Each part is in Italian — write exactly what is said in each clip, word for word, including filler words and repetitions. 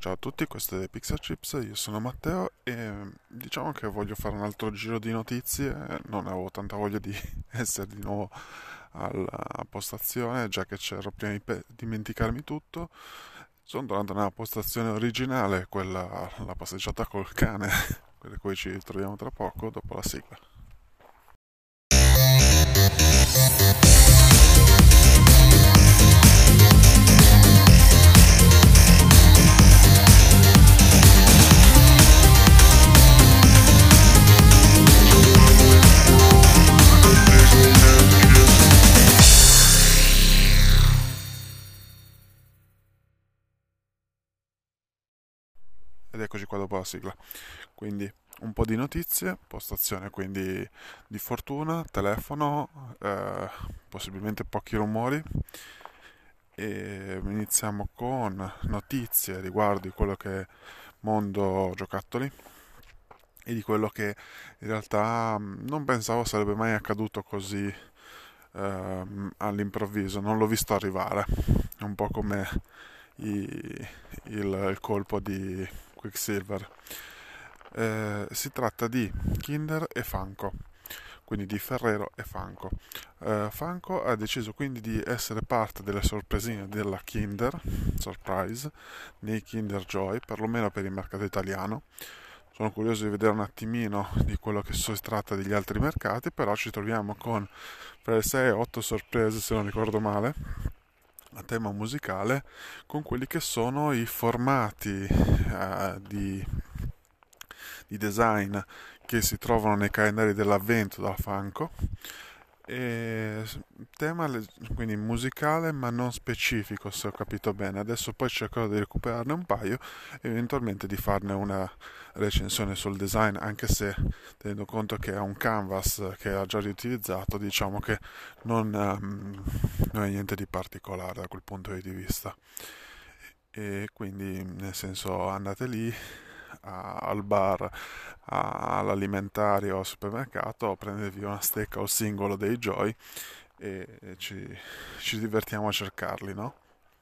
Ciao a tutti, questo è Pixel Chips, io sono Matteo e diciamo che voglio fare un altro giro di notizie, non avevo tanta voglia di essere di nuovo alla postazione, già che c'ero prima di pe- dimenticarmi tutto. Sono tornato nella postazione originale, quella, la passeggiata col cane, quella cui ci troviamo tra poco, dopo la sigla. Ed eccoci qua dopo la sigla. Quindi un po' di notizie, postazione quindi di fortuna, telefono, eh, possibilmente pochi rumori e iniziamo con notizie riguardo di quello che è mondo giocattoli e di quello che in realtà mh, non pensavo sarebbe mai accaduto così ehm, all'improvviso, non l'ho visto arrivare, è un po' come i- il, il colpo di Quicksilver. Eh, si tratta di Kinder e Funko, quindi di Ferrero e Funko. Eh, Funko ha deciso quindi di essere parte delle sorpresine della Kinder Surprise nei Kinder Joy, perlomeno per il mercato italiano. Sono curioso di vedere un attimino di quello che si tratta degli altri mercati, però ci troviamo con fra le sei e otto sorprese, se non ricordo male, a tema musicale, con quelli che sono i formati eh, di di design che si trovano nei calendari dell'avvento da Funko e tema quindi musicale ma non specifico, se ho capito bene. Adesso poi cercherò di recuperarne un paio e eventualmente di farne una recensione sul design, anche se tenendo conto che è un canvas che ha già riutilizzato, diciamo che non, um, non è niente di particolare da quel punto di vista. E quindi nel senso andate lì a- al bar, a- all'alimentare o al supermercato, prendetevi una stecca o il singolo dei Joy e ci, ci divertiamo a cercarli, no?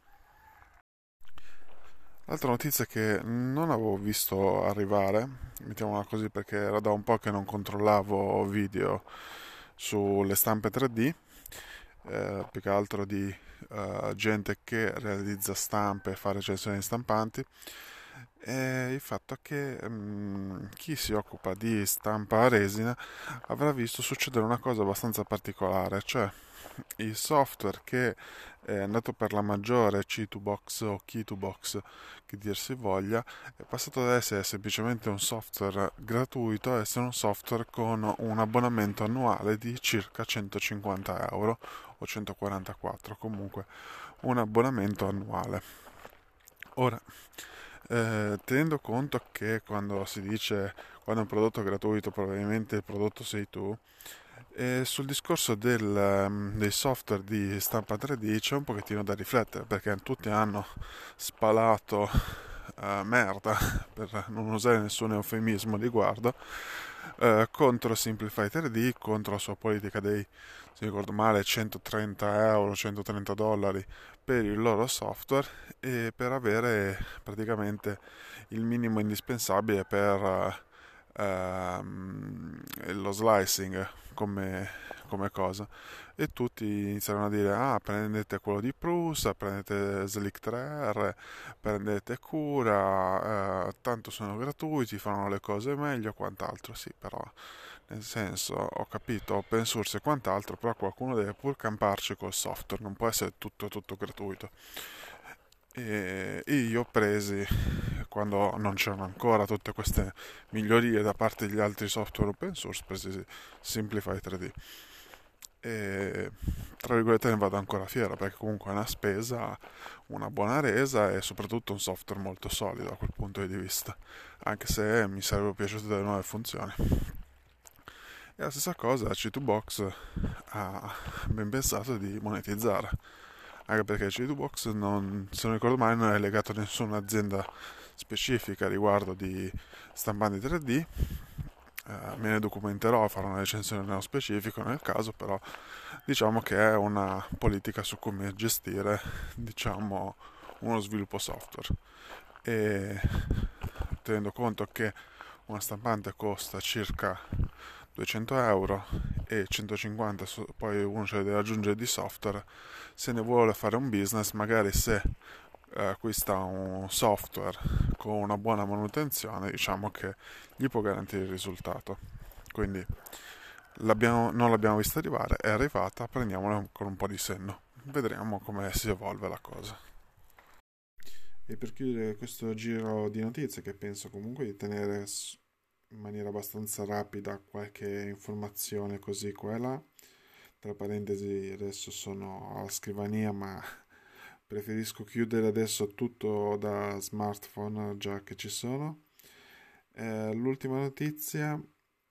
L'altra notizia che non avevo visto arrivare, mettiamola così perché era da un po' che non controllavo video sulle stampe tre D, eh, più che altro di eh, gente che realizza stampe e fa recensioni stampanti, è il fatto che mm, chi si occupa di stampa a resina avrà visto succedere una cosa abbastanza particolare, cioè il software che è andato per la maggiore C due Box o Key due Box che dir si voglia, è passato da essere semplicemente un software gratuito a essere un software con un abbonamento annuale di circa centocinquanta euro o centoquarantaquattro, comunque un abbonamento annuale. Ora, eh, tenendo conto che quando si dice quando è un prodotto gratuito probabilmente il prodotto sei tu, e sul discorso del, ehm, dei software di stampa tre D c'è un pochettino da riflettere perché tutti hanno spalato eh, merda, per non usare nessun eufemismo a riguardo, eh, contro Simplify tre D, contro la sua politica dei, se ricordo male, centotrenta euro, centotrenta dollari per il loro software e per avere praticamente il minimo indispensabile per ehm, lo slicing come, come cosa e tutti iniziarono a dire ah prendete quello di Prusa, prendete Slick tre R, prendete Cura, eh, tanto sono gratuiti, fanno le cose meglio, quant'altro, sì, però nel senso ho capito open source e quant'altro, però qualcuno deve pur camparci col software, non può essere tutto tutto gratuito. E io ho presi quando non c'erano ancora tutte queste migliorie da parte degli altri software open source, presi Simplify tre D e tra virgolette ne vado ancora fiero perché comunque è una spesa, una buona resa e soprattutto un software molto solido da quel punto di vista, anche se mi sarebbero piaciute delle nuove funzioni. E la stessa cosa C due Box ha ben pensato di monetizzare, anche perché C due Box non, se non ricordo male non è legato a nessuna azienda specifica riguardo di stampanti tre D. Eh, me ne documenterò, farò una recensione nello specifico nel caso, però diciamo che è una politica su come gestire, diciamo, uno sviluppo software. e tenendo conto che una stampante costa circa duecento euro e centocinquanta poi uno ce le deve aggiungere di software. Se ne vuole fare un business, magari se eh, acquista un software con una buona manutenzione, diciamo che gli può garantire il risultato. Quindi l'abbiamo, non l'abbiamo vista arrivare, è arrivata, prendiamola con un po' di senno. Vedremo come si evolve la cosa. E per chiudere questo giro di notizie, che penso comunque di tenere in maniera abbastanza rapida qualche informazione così qua e là, tra parentesi adesso sono alla scrivania, ma preferisco chiudere adesso tutto da smartphone già che ci sono. Eh, l'ultima notizia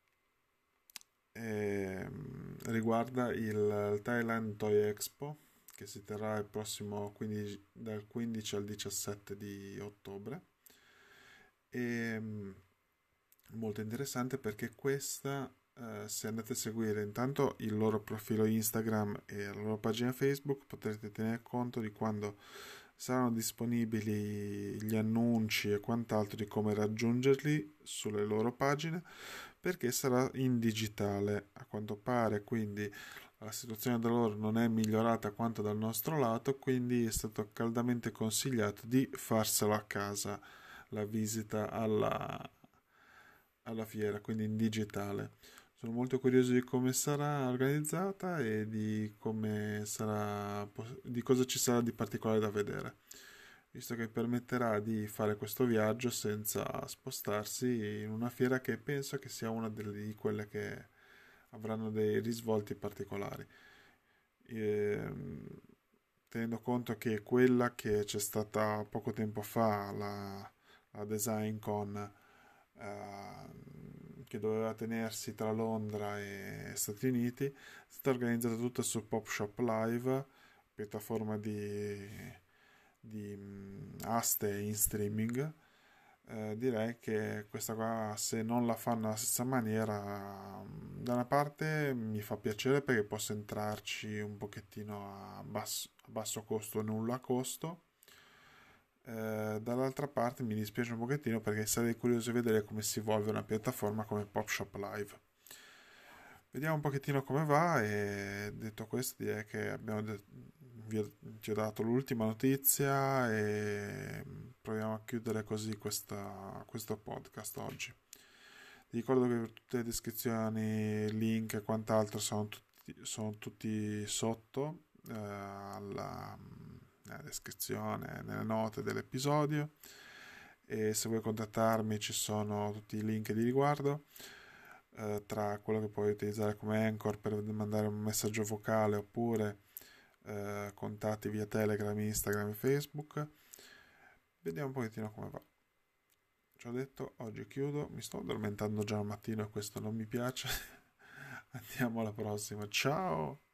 eh, riguarda il Thailand Toy Expo, che si terrà il prossimo quindici, dal quindici al diciassette di ottobre. E molto interessante perché questa, eh, se andate a seguire intanto il loro profilo Instagram e la loro pagina Facebook, potrete tenere conto di quando saranno disponibili gli annunci e quant'altro di come raggiungerli sulle loro pagine, perché sarà in digitale a quanto pare, quindi la situazione da loro non è migliorata quanto dal nostro lato, quindi è stato caldamente consigliato di farselo a casa la visita alla, alla fiera, quindi in digitale. Sono molto curioso di come sarà organizzata e di come sarà, di cosa ci sarà di particolare da vedere, visto che permetterà di fare questo viaggio senza spostarsi in una fiera che penso che sia una delle, di quelle che avranno dei risvolti particolari. E, tenendo conto che quella che c'è stata poco tempo fa, la, la Design Con, eh, che doveva tenersi tra Londra e Stati Uniti, è stata organizzata tutta su Pop Shop Live, piattaforma di, di mh, aste in streaming. Eh, direi che questa qua, se non la fanno alla stessa maniera, mh, da una parte mi fa piacere perché posso entrarci un pochettino a basso, a basso costo, nulla a costo. Eh, dall'altra parte mi dispiace un pochettino perché sarei curioso di vedere come si evolve una piattaforma come Pop Shop Live. Vediamo un pochettino come va e detto questo direi che abbiamo de- vi ho, ti ho dato l'ultima notizia e proviamo a chiudere così questa- questo podcast oggi. Ti ricordo che per tutte le descrizioni, link e quant'altro sono tutti, sono tutti sotto eh, alla, nella descrizione, nelle note dell'episodio, e se vuoi contattarmi ci sono tutti i link di riguardo, eh, tra quello che puoi utilizzare come Anchor per mandare un messaggio vocale oppure eh, contatti via Telegram, Instagram e Facebook. Vediamo un pochettino come va. Ci ho detto, oggi chiudo, mi sto addormentando già al mattino e questo non mi piace. Andiamo alla prossima, ciao!